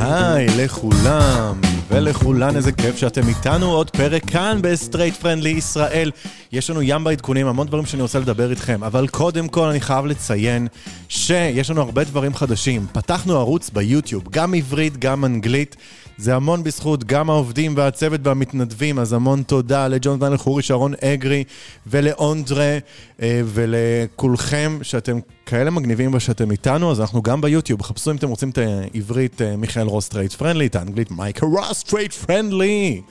היי לכולם ולכולן, איזה כיף שאתם איתנו. עוד פרק כאן בסטרייט פרנדלי ישראל. יש לנו ים בעדכונים, המון דברים שאני רוצה לדבר איתכם, אבל קודם כל אני חייב לציין שיש לנו הרבה דברים חדשים. פתחנו ערוץ ביוטיוב, גם עברית, גם אנגלית. זה המון בזכות גם העובדים והצוות והמתנדבים, אז המון תודה לג'ונתן אלחורי, שרון אגרי ולאונדרה ולכולכם שאתם כאלה מגניבים ושאתם איתנו. אז אנחנו גם ביוטיוב, חפשו אם אתם רוצים את העברית מיכאל רוס סטרייט פרנדלי, את האנגלית מייקל רוס סטרייט פרנדלי.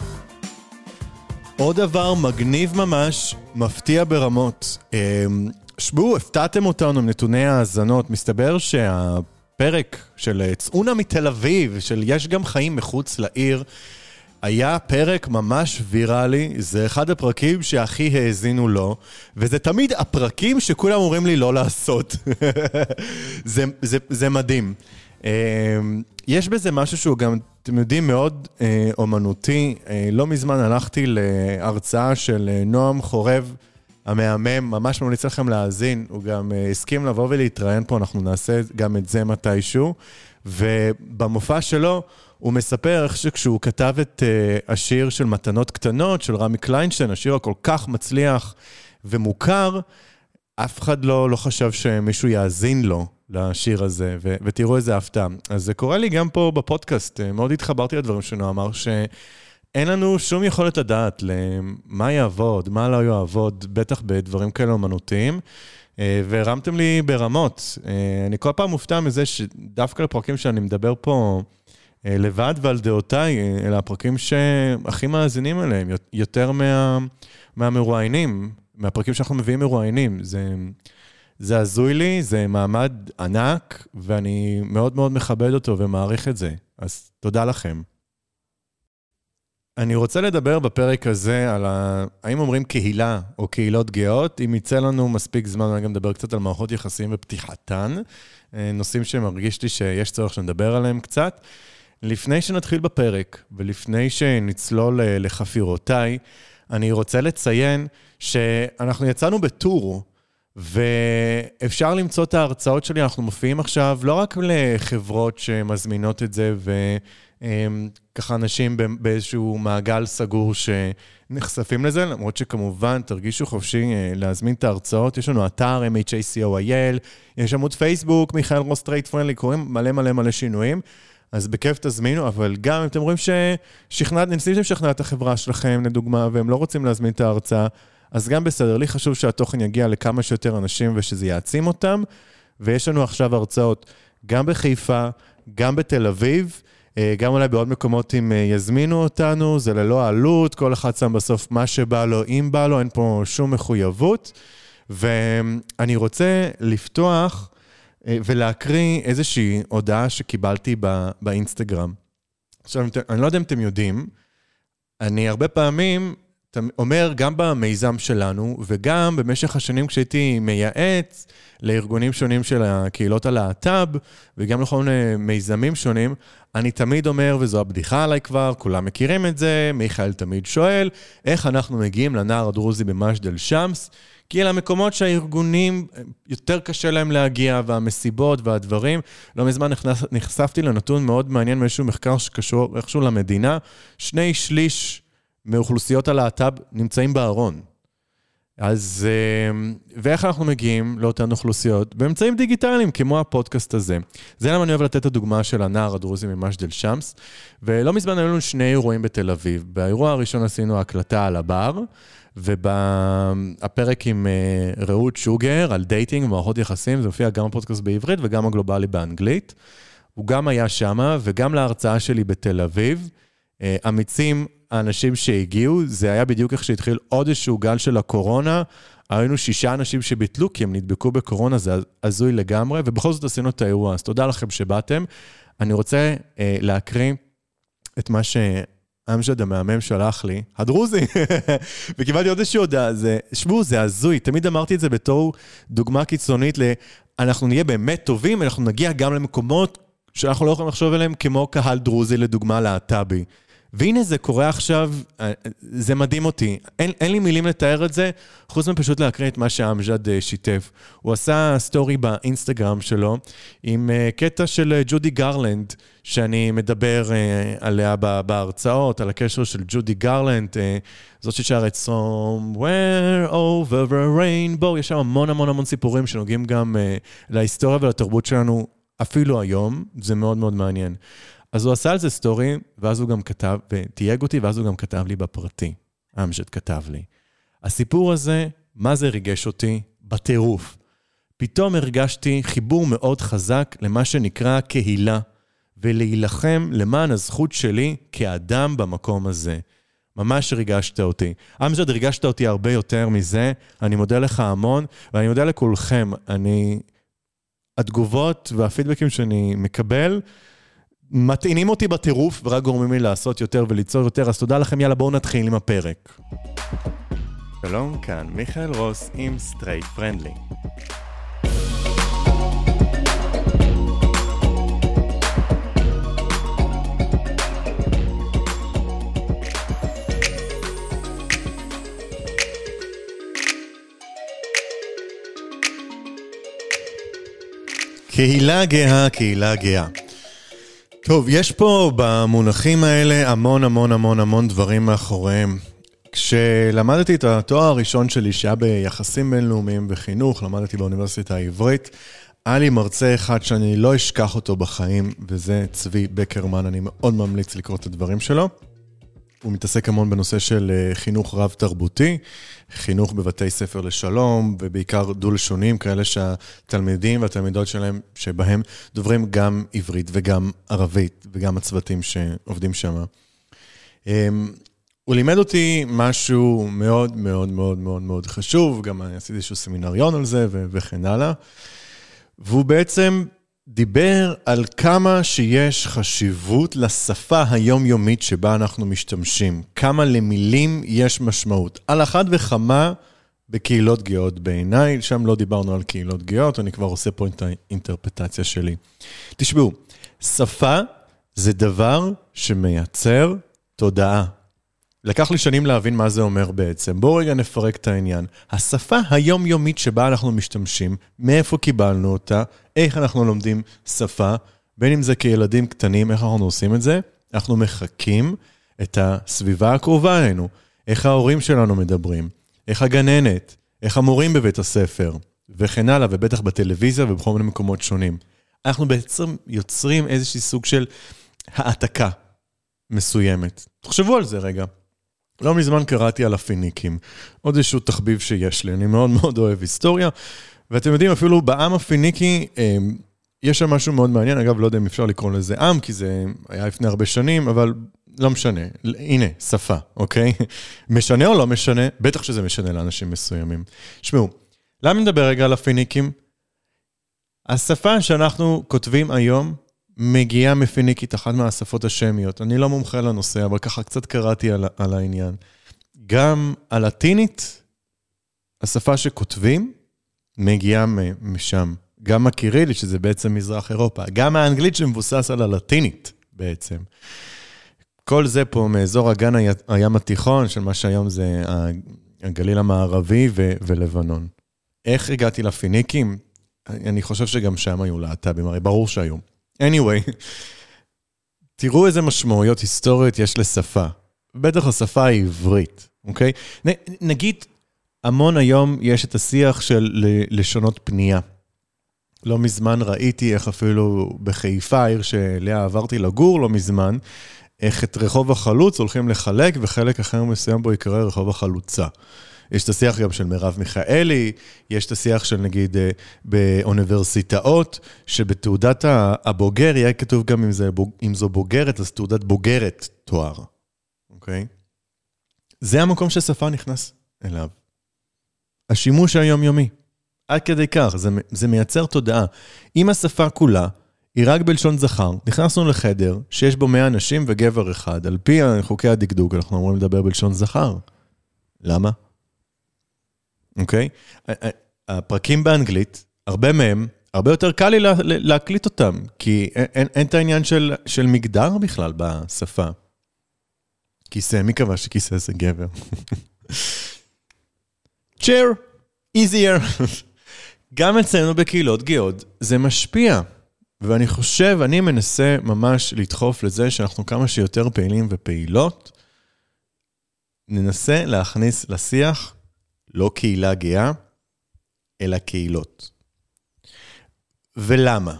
עוד דבר מגניב ממש, מפתיע ברמות. שבו, הפתעתם אותנו עם נתוני ההאזנות. מסתבר פרק של צאונה מתל אביב, של יש גם חיים מחוץ לעיר, היה פרק ממש ויראלי. זה אחד הפרקים שהכי האזינו לו, וזה תמיד הפרקים שכולם אומרים לי לא לעשות. זה מדהים. יש בזה משהו שהוא גם, אתם יודעים, מאוד אומנותי. לא מזמן הלכתי להרצאה של נועם חורב, המאמם, ממש ממליץ לכם להאזין. הוא גם הסכים לבוא ולהתראיין פה, אנחנו נעשה גם את זה מתישהו. ובמופע שלו הוא מספר איך שכשהוא כתב את השיר של מתנות קטנות של רמי קליינשטיין, השיר הכל כך מצליח ומוכר, אף אחד לא חשב שמישהו יאזין לו לשיר הזה, ותראו איזה הפתעה. אז זה קורה לי גם פה בפודקאסט, מאוד התחברתי לדברים שלנו, אמר אין לנו שום יכולת לדעת למה יעבוד, מה לא יעבוד, בטח בדברים כאלה אומנותיים, והרמתם לי ברמות. אני כל פעם מופתע מזה שדווקא לפרקים שאני מדבר פה לבד ועל דעותיי, אלה הפרקים שהכי מאזינים עליהם, יותר מהמרואיינים, מהפרקים שאנחנו מביאים מרואיינים. זה עזוי לי, זה מעמד ענק, ואני מאוד מאוד מכבד אותו ומעריך את זה. אז תודה לכם. אני רוצה לדבר בפרק הזה על האם אומרים קהילה או קהילות גאות. אם יצא לנו מספיק זמן, אני גם מדבר קצת על מערכות יחסים ופתיחתן, נושאים שמרגיש לי שיש צורך שנדבר עליהם קצת. לפני שנתחיל בפרק ולפני שנצלול לחפירותיי, אני רוצה לציין שאנחנו יצאנו בטור, ואפשר למצוא את ההרצאות שלי. אנחנו מופיעים עכשיו לא רק לחברות שמזמינות את זה, וככה אנשים באיזשהו מעגל סגור שנחשפים לזה, למרות שכמובן תרגישו חופשי להזמין את ההרצאות. יש לנו אתר MHACO.IL, יש עמוד פייסבוק, מיכאל רוס סטרייט פרנדלי, קוראים מלא שינויים, אז בכיף תזמינו. אבל גם אם אתם רואים ניסיתם לשכנע את החברה שלכם, לדוגמה, והם לא רוצים להזמין את ההרצאה, אז גם בסדר, לי חשוב שהתוכן יגיע לכמה שיותר אנשים ושזה יעצים אותם, ויש לנו עכשיו הרצאות גם בחיפה, גם בתל אביב, גם אולי בעוד מקומות אם יזמינו אותנו, זה ללא עלות, כל אחד שם בסוף מה שבא לו, אם בא לו, אין פה שום מחויבות, ואני רוצה לפתוח ולהקריא איזושהי הודעה שקיבלתי באינסטגרם. עכשיו, אני לא יודע אם אתם יודעים, אני הרבה פעמים אומר גם במיזם שלנו, וגם במשך השנים כשהייתי מייעץ לארגונים שונים של הקהילות הלהט"ב, וגם לכל מיני מיזמים שונים, אני תמיד אומר, וזו הבדיחה עליי כבר, כולם מכירים את זה, מיכאל תמיד שואל, איך אנחנו מגיעים לנער הדרוזי במג'דל שמס, כי אלה המקומות שהארגונים יותר קשה להם להגיע, והמסיבות והדברים. לא מזמן נחשפתי לנתון מאוד מעניין מאיזשהו מחקר שקשור איכשהו למדינה, 2/3 מאוכלוסיות הלהט"ב נמצאים בארון. אז, ואיך אנחנו מגיעים לאותן אוכלוסיות? באמצעים דיגיטליים, כמו הפודקאסט הזה. זה למה אני אוהב לתת את הדוגמה של הנער הדרוזי ממג'דל שמס, ולא מזמן היו לנו 2 אירועים בתל אביב. באירוע הראשון עשינו הקלטה על הבר, ובפרק עם רעות שוגר על דייטינג ומערכות יחסים, זה הופיע גם הפודקאסט בעברית וגם הגלובלי באנגלית. הוא גם היה שמה, וגם להרצאה שלי בתל אביב. אמיצים, האנשים שהגיעו, זה היה בדיוק איך שהתחיל עוד איזשהו גל של הקורונה, היינו 6 אנשים שביטלו, כי הם נדבקו בקורונה, זה עזוי לגמרי, ובכל זאת עשינו את האירוע, אז תודה לכם שבאתם. אני רוצה להקריא את מה שאמג'ד המאמם שלח לי, הדרוזי, וקיבלתי עוד איזושהי הודעה, שבו, זה עזוי, תמיד אמרתי את זה בתור דוגמה קיצונית, אנחנו נהיה באמת טובים, אנחנו נגיע גם למקומות שאנחנו לא יכולים לחשוב עליהם, כמו קהל דרוזי לדוגמה להט"בי. והנה זה קורה עכשיו, זה מדהים אותי. אין לי מילים לתאר את זה, חוץ מפשוט להקריא את מה שאמג'ד שיתף. הוא עשה סטורי באינסטגרם שלו, עם קטע של ג'ודי גרלנד, שאני מדבר עליה בהרצאות, על הקשר של ג'ודי גרלנד, זאת ששרת Somewhere over a rainbow, יש שם המון המון המון סיפורים שנוגעים גם להיסטוריה ולתרבות שלנו, אפילו היום, זה מאוד מאוד מעניין. אז הוא עשה על זה סטורי, ואז הוא גם כתב, ותייג אותי, ואז הוא גם כתב לי בפרטי. אמג'ד כתב לי. הסיפור הזה, מה זה ריגש אותי? בטירוף. פתאום הרגשתי חיבור מאוד חזק למה שנקרא קהילה, ולהילחם למען הזכות שלי כאדם במקום הזה. ממש ריגשת אותי. אמג'ד, ריגשת אותי הרבה יותר מזה, אני מודה לך המון, ואני מודה לכולכם. התגובות והפידבקים שאני מקבל, מטעינים אותי בטירוף ורק גורמים לי לעשות יותר וליצור יותר, אז תודה לכם, יאללה בואו נתחיל עם הפרק. שלום, כאן מיכאל רוס עם סטרייט פרנדלי. קהילה גאה, קהילה גאה. טוב, יש פה במונחים האלה המון המון המון המון דברים מאחוריהם. כשלמדתי את התואר הראשון שלי, שהיה ביחסים בינלאומיים וחינוך, למדתי באוניברסיטה העברית, היה לי מרצה אחד שאני לא אשכח אותו בחיים, וזה צבי בקרמן, אני מאוד ממליץ לקרוא את הדברים שלו. הוא מתעסק המון בנושא של חינוך רב תרבותי, חינוך בבתי ספר לשלום, ובעיקר דו-לשונים, כאלה שהתלמידים והתלמידות שלהם, שבהם דוברים גם עברית וגם ערבית, וגם הצוותים שעובדים שם. הוא לימד אותי משהו מאוד מאוד מאוד מאוד מאוד חשוב, גם אני עשיתי איזשהו סמינריון על זה וכן הלאה, והוא בעצם דיבר על כמה שיש חשיבות לשפה היומיומית שבה אנחנו משתמשים, כמה למילים יש משמעות. על אחת וכמה בקהילות גאות בעיניי, שם לא דיברנו על קהילות גאות, אני כבר עושה פה את האינטרפטציה שלי. תשמעו, שפה זה דבר שמייצר תודעה. לקח לי שנים להבין מה זה אומר בעצם. בואו רגע נפרק את העניין. השפה היומיומית שבה אנחנו משתמשים, מאיפה קיבלנו אותה, איך אנחנו לומדים שפה, בין אם זה כילדים קטנים, איך אנחנו עושים את זה, אנחנו מחקים את הסביבה הקרובה אלינו, איך ההורים שלנו מדברים, איך הגננת, איך המורים בבית הספר, וכן הלאה, ובטח בטלוויזיה ובכל מיני מקומות שונים. אנחנו בעצם יוצרים איזושהי סוג של העתקה מסוימת. תחשבו על זה רגע. לא מזמן קראתי על הפיניקים, עוד איזשהו תחביב שיש לי, אני מאוד מאוד אוהב היסטוריה, ואתם יודעים, אפילו בעם הפיניקי, יש שם משהו מאוד מעניין, אגב, לא יודע אם אפשר לקרוא לזה עם, כי זה היה לפני הרבה שנים, אבל לא משנה, הנה, שפה, אוקיי? משנה או לא משנה? בטח שזה משנה לאנשים מסוימים. שמעו, למה נדבר רגע על הפיניקים? השפה שאנחנו כותבים היום, מגיעה מפיניקית, אחת מהשפות השמיות. אני לא מומחה לנושא, אבל ככה קצת קראתי על העניין. גם הלטינית, השפה שכותבים, מגיעה משם. גם הקירילית, שזה בעצם מזרח אירופה. גם האנגלית שמבוסס על הלטינית, בעצם. כל זה פה מאזור אגן הים התיכון, של מה שהיום זה הגליל המערבי ולבנון. איך הגעתי לפיניקים? אני חושב שגם שם היו להט"בים, הרי ברור שהיו. anyway, תראו איזה משמעויות היסטוריות יש לשפה. בטח השפה העברית, אוקיי? נגיד, המון היום יש את השיח של לשונות פנייה. לא מזמן ראיתי איך אפילו בחיפה, העיר שאליה עברתי לגור לא מזמן, איך את רחוב החלוץ הולכים לחלק, וחלק אחר מסוים בו יקרא רחוב החלוצה. יש את השיח גם של מרב מיכאלי, יש את השיח של נגיד באוניברסיטאות, שבתעודת הבוגר יהיה כתוב גם אם זו בוגרת, אז תעודת בוגרת תואר. אוקיי? זה המקום ששפה נכנס אליו. השימוש היומיומי. עד כדי כך, זה מייצר תודעה. אם השפה כולה היא רק בלשון זכר, נכנסנו לחדר שיש בו 100 אנשים וגבר אחד. על פי חוקי הדקדוק, אנחנו אמורים לדבר בלשון זכר. למה? אוקיי? הפרקים באנגלית, הרבה מהם, הרבה יותר קל לי להקליט אותם, כי אין את העניין של מגדר בכלל בשפה. כיסא, מי קבע שכיסא זה גבר? chair, easier. גם אצלנו בקהילות גאות, זה משפיע. ואני חושב, אני מנסה ממש לדחוף לזה שאנחנו כמה שיותר פעילים ופעילות, ננסה להכניס לשיח, לא קהילה גאה, אלא קהילות. ולמה?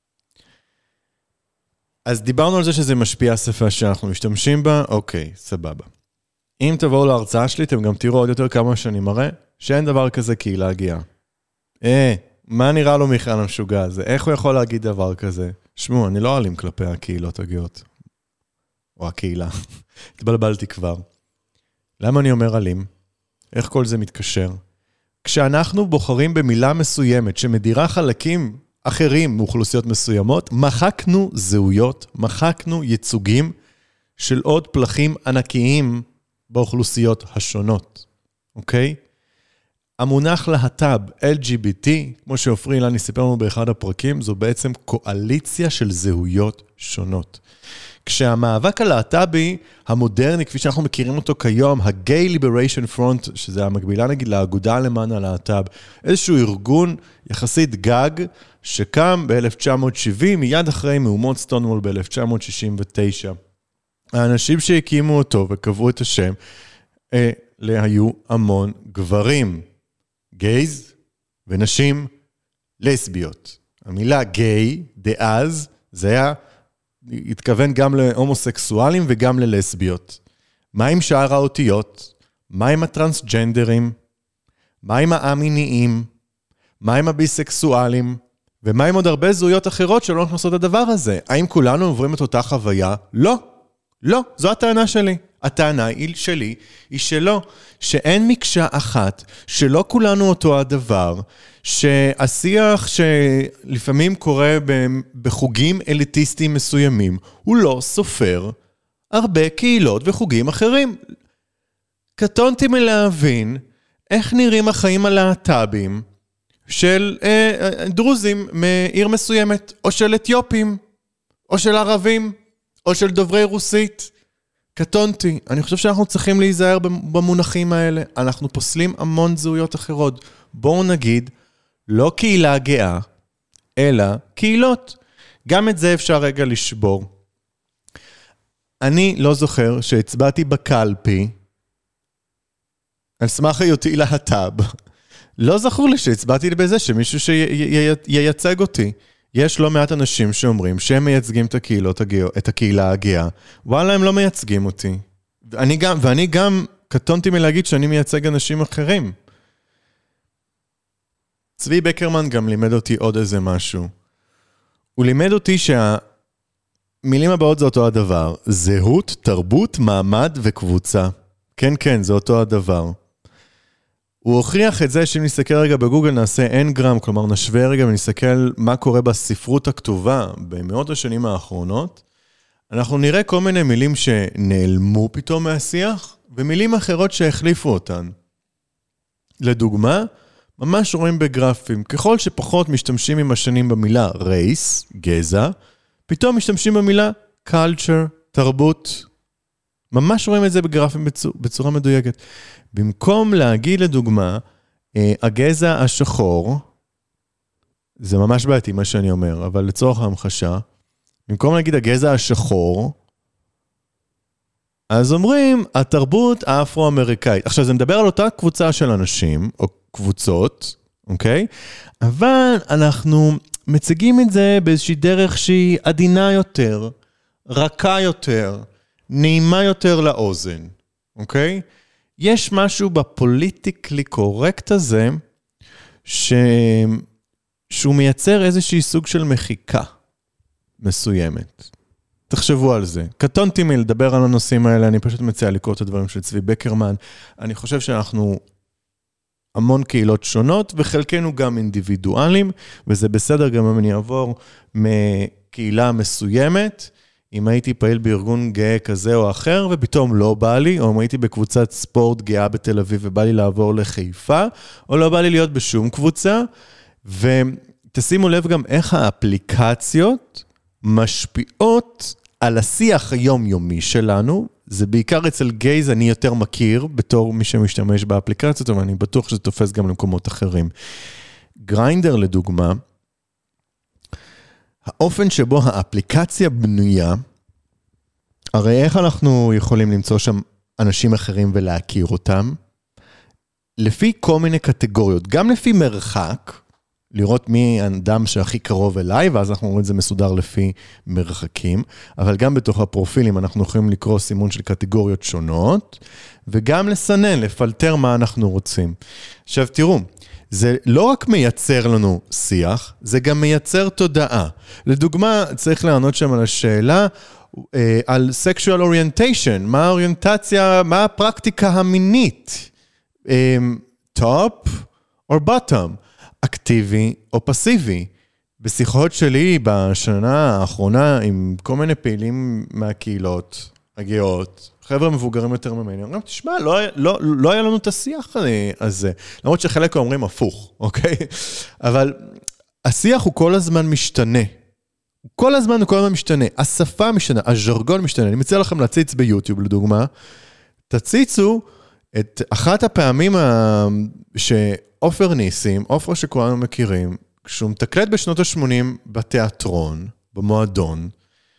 אז דיברנו על זה שזה משפיע השפה שאנחנו משתמשים בה, אוקיי, סבבה. אם תבואו להרצאה שלי, אתם גם תראו עוד יותר כמה שאני מראה, שאין דבר כזה קהילה גאה. מה נראה לו מיכל המשוגע הזה? איך הוא יכול להגיד דבר כזה? שמו, אני לא אלים כלפי הקהילות הגאות. או הקהילה. התבלבלתי כבר. למה אני אומר אלים? איך כל זה מתקשר? כשאנחנו בוחרים במילה מסוימת שמדירה חלקים אחרים מאוכלוסיות מסוימות, מחקנו זהויות, מחקנו ייצוגים של עוד פלחים ענקיים באוכלוסיות השונות. אוקיי? המונח להט"ב, LGBT, כמו שאופרי אילני סיפר לנו באחד הפרקים, זו בעצם קואליציה של זהויות שונות. כשהמאבק הלהט"בי המודרני, כפי שאנחנו מכירים אותו כיום, ה-Gay Liberation Front, שזה המקבילה נגיד לאגודה למען הלהט"ב, איזשהו ארגון יחסית גג, שקם ב-1970, מיד אחרי מהומות סטונוול ב-1969. האנשים שהקימו אותו וקבעו את השם, אלה היו המון גברים, גייז ונשים לסביות. המילה גיי, דאז, זה היה התכוון גם להומוסקסואלים וגם ללסביות. מה עם שאר האותיות? מה עם הטרנסג'נדרים? מה עם האמיניים? מה עם הביסקסואלים? ומה עם עוד הרבה זהויות אחרות שלא נכנסות לדבר הזה? האם כולנו עוברים את אותה חוויה? לא. לא, זו הטענה שלי. הטענה שלי היא שלא, שאין מקשה אחת, שלא כולנו אותו הדבר, שהשיח שלפעמים קורה בחוגים אליטיסטיים מסוימים, הוא לא סופר הרבה קהילות וחוגים אחרים. קטונתי מלהבין איך נראים החיים הלהט"בים של דרוזים מעיר מסוימת, או של אתיופים, או של ערבים, או של דוברי רוסית. קטונתי. אני חושב שאנחנו צריכים להיזהר במונחים האלה. אנחנו פוסלים המון זהויות אחרות. בואו נגיד, לא קהילה גאה, אלא קהילות. גם את זה אפשר רגע לשבור. אני לא זוכר שהצבעתי בקלפי, על סמך היותי להט"ב. לא זכור לי שהצבעתי בזה שמישהו שייצג אותי. יש לא מעט אנשים שאומרים שהם מייצגים את הקהילה הגאה. וואלה, הם לא מייצגים אותי. ואני גם קטונתי מלהגיד שאני מייצג אנשים אחרים. צבי בקרמן גם לימד אותי עוד איזה משהו. הוא לימד אותי שהמילים הבאות זה אותו הדבר. זהות, תרבות, מעמד וקבוצה. כן, כן, זה אותו הדבר. הוא הוכיח את זה שאם נסתכל רגע בגוגל נעשה Ngram, כלומר נשווה רגע ונסתכל מה קורה בספרות הכתובה במאות השנים האחרונות, אנחנו נראה כל מיני מילים שנעלמו פתאום מהשיח, ומילים אחרות שהחליפו אותן. לדוגמה, ממש רואים בגרפים, ככל שפחות משתמשים עם השנים במילה race, גזע, פתאום משתמשים במילה culture, תרבות. ממש רואים את זה בגרפים בצורה מדויקת. במקום להגיד לדוגמה, הגזע השחור, זה ממש בעייתי מה שאני אומר, אבל לצורך ההמחשה, במקום להגיד הגזע השחור, אז אומרים, התרבות האפרו-אמריקאית. עכשיו, זה מדבר על אותה קבוצה של אנשים, או קבוצות, אוקיי? אבל אנחנו מציגים את זה באיזושהי דרך שהיא עדינה יותר, רכה יותר, נעימה יותר לאוזן, אוקיי? יש משהו בפוליטיקלי קורקט הזה, שהוא מייצר איזושהי סוג של מחיקה מסוימת. תחשבו על זה. קטונתי מלדבר על הנושאים האלה, אני פשוט מציע לקרוא את הדברים של צבי בקרמן. אני חושב שאנחנו המון קהילות שונות, וחלקנו גם אינדיבידואלים, וזה בסדר גם אם אני אעבור מקהילה מסוימת, אם הייתי פעיל בארגון גאה כזה או אחר, ופתאום לא בא לי, או אם הייתי בקבוצת ספורט גאה בתל אביב, ובא לי לעבור לחיפה, או לא בא לי להיות בשום קבוצה, ותשימו לב גם איך האפליקציות משפיעות על השיח היומיומי שלנו, זה בעיקר אצל גייז, אני יותר מכיר, בתור מי שמשתמש באפליקציות, אבל אני בטוח שזה תופס גם למקומות אחרים. גריינדר לדוגמה, האופן שבו האפליקציה בנויה, הרי איך אנחנו יכולים למצוא שם אנשים אחרים ולהכיר אותם? לפי כל מיני קטגוריות, גם לפי מרחק, לראות מי האדם שהכי קרוב אליי, ואז אנחנו רואים את זה מסודר לפי מרחקים, אבל גם בתוך הפרופילים אנחנו יכולים לקרוא סימון של קטגוריות שונות, וגם לסנן, לפלטר מה אנחנו רוצים. עכשיו תראו, זה לא רק מייצר לנו שיח, זה גם מייצר תודעה. לדוגמה, צריך לענות שם על השאלה, על sexual orientation, מה האוריינטציה, מה הפרקטיקה המינית? top or bottom? אקטיבי או פסיבי. בשיחות שלי בשנה האחרונה עם כל מיני פעילים מהקהילות הגאות, חבר'ה מבוגרים יותר ממני, אומרים, תשמע, לא היה לנו את השיח הזה. למרות שחלק אומרים הפוך, אוקיי? אבל השיח הוא כל הזמן משתנה. כל הזמן משתנה. השפה משתנה, הז'רגון משתנה. אני מציע לכם להציץ ביוטיוב, לדוגמה. תציצו את אחת הפעמים שעופר ניסים, עופר שכולנו מכירים, כשהוא מתקלט בשנות ה-80 בתיאטרון, במועדון,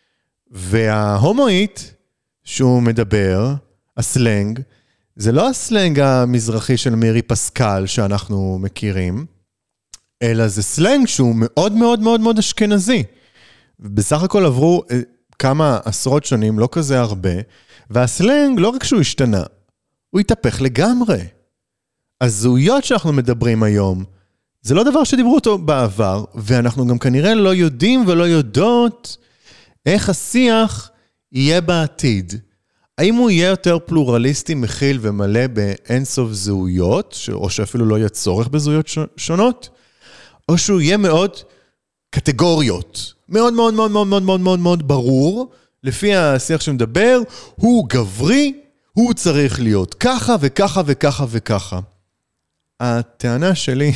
וההומואית שהוא מדבר, הסלנג, זה לא הסלנג המזרחי של מירי פסקל שאנחנו מכירים, אלא זה סלנג שהוא מאוד מאוד מאוד מאוד אשכנזי. בסך הכל עברו כמה עשרות שנים, לא כזה הרבה, והסלנג לא רק שהוא השתנה, הוא התהפך לגמרי. הזהויות שאנחנו מדברים היום, זה לא דבר שדיברו אותו בעבר, ואנחנו גם כנראה לא יודעים ולא יודעות איך השיח יהיה בעתיד. האם הוא יהיה יותר פלורליסטי, מכיל ומלא באינסוף זהויות, או שאפילו לא יהיה צורך בזהויות שונות, או שהוא יהיה מאוד קטגוריות, מאוד מאוד מאוד מאוד מאוד מאוד מאוד מאוד ברור, לפי השיח שמדבר, הוא גברי, הוא צריך להיות ככה וככה וככה וככה. הטענה שלי,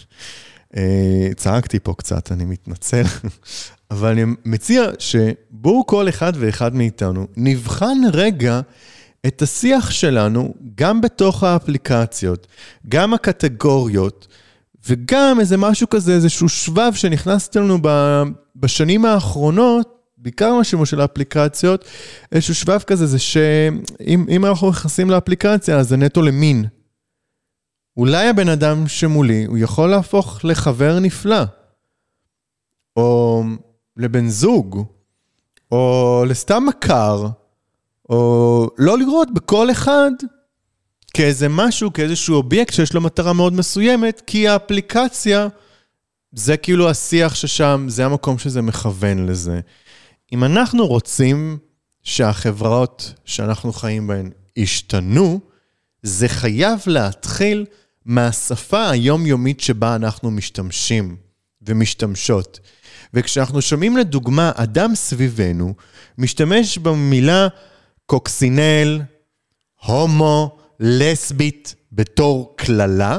צעקתי פה קצת, אני מתנצל, אבל אני מציע שבואו כל אחד ואחד מאיתנו נבחן רגע את השיח שלנו גם בתוך האפליקציות, גם הקטגוריות, וגם איזה משהו כזה, איזשהו שבב שנכנס לנו בשנים האחרונות, בעיקר מהשימוש של האפליקציות, איזשהו שבב כזה, זה שאם אנחנו נכנסים לאפליקציה, אז זה נטו למין. אולי הבן אדם שמולי, הוא יכול להפוך לחבר נפלא, או לבן זוג, או לסתם מכר, או לא לראות בכל אחד כאיזה משהו, כאיזשהו אובייקט שיש לו מטרה מאוד מסוימת, כי האפליקציה, זה כאילו השיח ששם, זה המקום שזה מכוון לזה. אם אנחנו רוצים שהחברות שאנחנו חיים בהן ישתנו, זה חייב להתחיל מהשפה היומיומית שבה אנחנו משתמשים ומשתמשות. וכשאנחנו שומעים לדוגמה אדם סביבנו, משתמש במילה קוקסינל, הומו, לסבית, בתור כללה,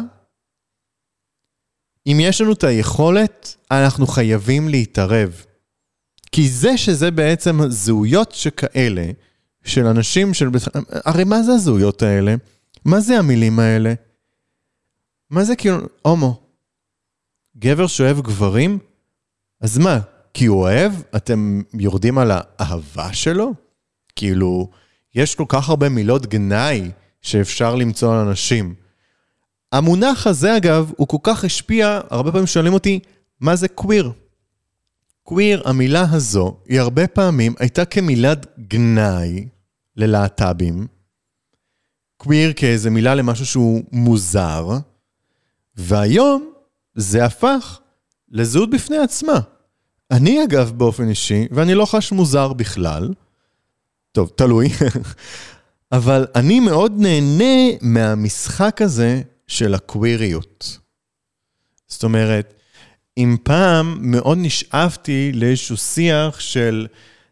אם יש לנו את היכולת, אנחנו חייבים להתערב. כי שזה בעצם זהויות שכאלה, של אנשים, הרי מה זה הזהויות האלה? מה זה המילים האלה? מה זה כאילו, הומו? גבר שאוהב גברים? אז מה? כי הוא אוהב? אתם יורדים על האהבה שלו? כאילו, יש כל כך הרבה מילות גנאי שאפשר למצוא על אנשים. המונח הזה, אגב, הוא כל כך השפיע, הרבה פעמים שואלים אותי, מה זה קוויר? קוויר, המילה הזו, היא הרבה פעמים הייתה כמילת גנאי ללהט"בים. קוויר כאיזה מילה למשהו שהוא מוזר, והיום זה הפך לזהות בפני עצמה. אני אגב באופן אישי, ואני לא חש מוזר בכלל, טוב, תלוי, אבל אני מאוד נהנה מהמשחק הזה של הקוויריות. זאת אומרת, אם פעם מאוד נשאפתי לאיזשהו שיח של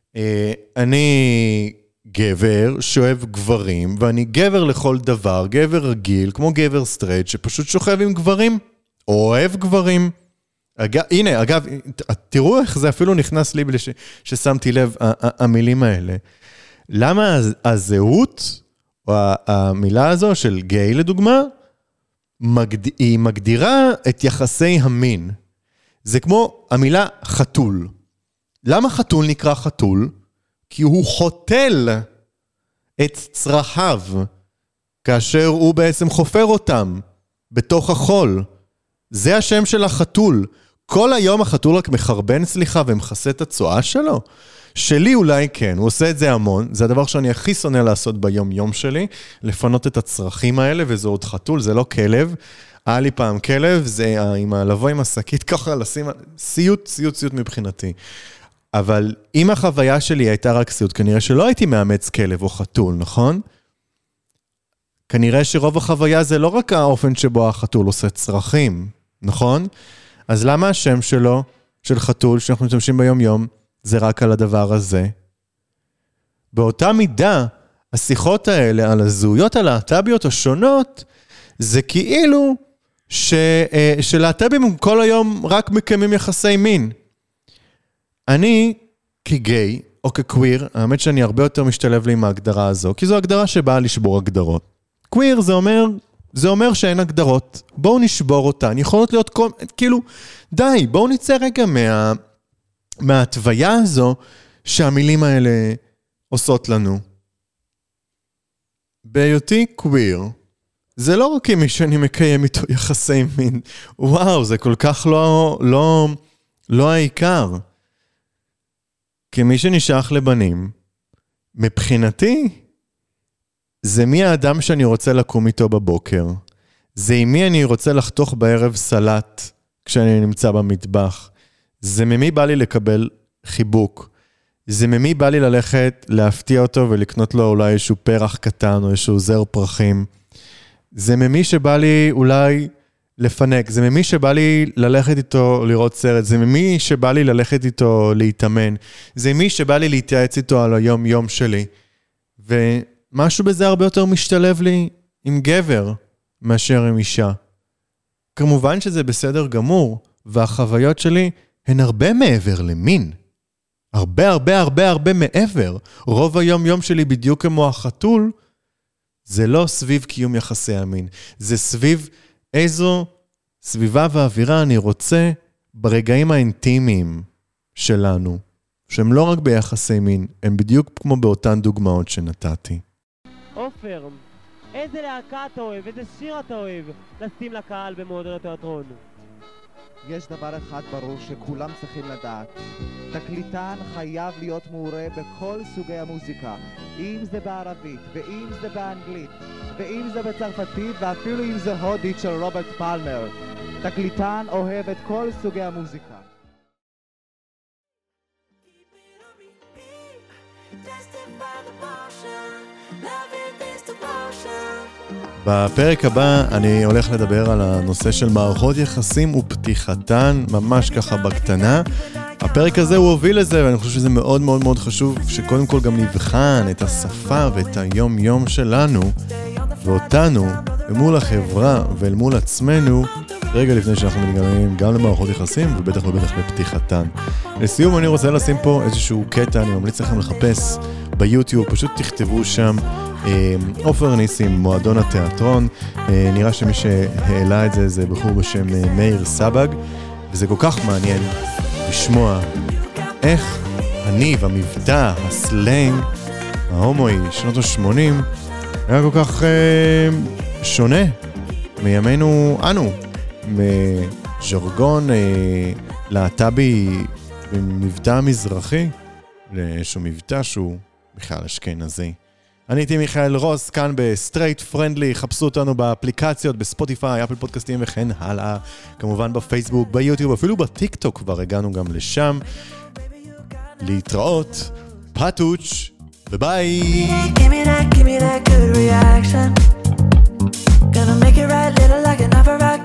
אני גבר שאוהב גברים, ואני גבר לכל דבר, גבר רגיל, כמו גבר סטרייט, שפשוט שוכב עם גברים, או אוהב גברים. הנה, אגב, תראו איך זה אפילו נכנס לי בלי ששמתי לב, המילים האלה. למה הזהות, או המילה הזו של גיי לדוגמה, היא מגדירה את יחסי המין. זה כמו המילה חתול. למה חתול נקרא חתול? כי הוא חוטל את צרכיו, כאשר הוא בעצם חופר אותם בתוך החול. זה השם של החתול. כל היום החתול רק מחרבן ומכסה את הצועה שלו. שלי אולי כן, הוא עושה את זה המון, זה הדבר שאני הכי שונא לעשות ביום יום שלי, לפנות את הצרכים האלה, וזה עוד חתול, זה לא כלב. היה לי פעם כלב, זה לבוא עם השקית ככה, לשים סיוט מבחינתי. אבל אם החוויה שלי הייתה רק סיוט, כנראה שלא הייתי מאמץ כלב או חתול, נכון? כנראה שרוב החוויה זה לא רק האופן שבו החתול עושה צרכים, נכון? אז למה השם שלו, של חתול, שאנחנו משתמשים ביום יום, זה רק על הדבר הזה? באותה מידה, השיחות האלה על הזהויות הלהט"ביות השונות, זה כאילו שלהט"בים כל היום רק מקיימים יחסי מין. אני כגיי או כקוויר, האמת שאני הרבה יותר משתלב לי עם ההגדרה הזו, כי זו הגדרה שבאה לשבור הגדרות. קוויר זה אומר שאין הגדרות. בואו נשבור אותן. יכולות להיות כאילו, די, בואו נצא רגע מההתוויה הזו שהמילים האלה עושות לנו. בהיותי קוויר, זה לא רק מי שאני מקיים איתו יחסי מין. וואו, זה כל כך לא העיקר. כמי שנשאח לבנים, מבחינתי, זה מי האדם שאני רוצה לקום איתו בבוקר. זה עם מי אני רוצה לחתוך בערב סלט כשאני נמצא במטבח. זה ממי בא לי לקבל חיבוק. זה ממי בא לי ללכת להפתיע אותו ולקנות לו אולי איזשהו פרח קטן או איזשהו זר פרחים. זה ממי שבא לי אולי לפנק. זה ממי שבא לי ללכת איתו לראות סרט. זה ממי שבא לי ללכת איתו להתאמן. זה ממי שבא לי להתייעץ איתו על היום יום שלי. ומשהו בזה הרבה יותר משתלב לי עם גבר מאשר עם אישה. כמובן שזה בסדר גמור, והחוויות שלי הן הרבה מעבר למין. הרבה מעבר. רוב היום יום שלי בדיוק כמו החתול, זה לא סביב קיום יחסי המין. זה סביב איזו סביבה ואווירה אני רוצה ברגעים האינטימיים שלנו, שהם לא רק ביחסי מין, הם בדיוק כמו באותן דוגמאות שנתתי. עופר, איזה להקה אתה אוהב, איזה שיר אתה אוהב לשים לקהל במועדון התיאטרון? יש דבר אחד ברור שכולם צריכים לדעת. תקליטן חייב להיות מעורה בכל סוגי המוזיקה, אם זה בערבית, ואם זה באנגלית, ואם זה בצרפתית, ואפילו אם זה הודית של רוברט פלמר. תקליטן אוהב את כל סוגי המוזיקה. בפרק הבא אני הולך לדבר על הנושא של מערכות יחסים ופתיחתן, ממש ככה בקטנה. הפרק הזה הוא הוביל לזה, ואני חושב שזה מאוד מאוד מאוד חשוב שקודם כל גם נבחן את השפה ואת היום יום שלנו ואותנו אל מול החברה ואל מול עצמנו, רגע לפני שאנחנו מתגלמים גם למערכות יחסים ובטח לפתיחתן. לסיום אני רוצה לשים פה איזשהו קטע, אני ממליץ לכם לחפש ביוטיוב, פשוט תכתבו שם עופר ניסים, מועדון התיאטרון. נראה שמי שהעלה את זה זה בחור בשם מאיר סבג, וזה כל כך מעניין לשמוע איך הניב, המבטא, הסלנג ההומואי שנות ה-80 היה כל כך שונה מימינו אנו, מז'רגון להט"בי במבטא מזרחי לאיזשהו מבטא שהוא בכלל אשכנזי. אני הייתי מיכאל רוס, כאן בסטרייט פרנדלי, חפשו אותנו באפליקציות, בספוטיפיי, אפל פודקאסטים וכן הלאה, כמובן בפייסבוק, ביוטיוב, אפילו בטיק טוק כבר הגענו גם לשם. להתראות, פאטוץ' וביי! Give me that good reaction. Gonna make it right, little like an opera.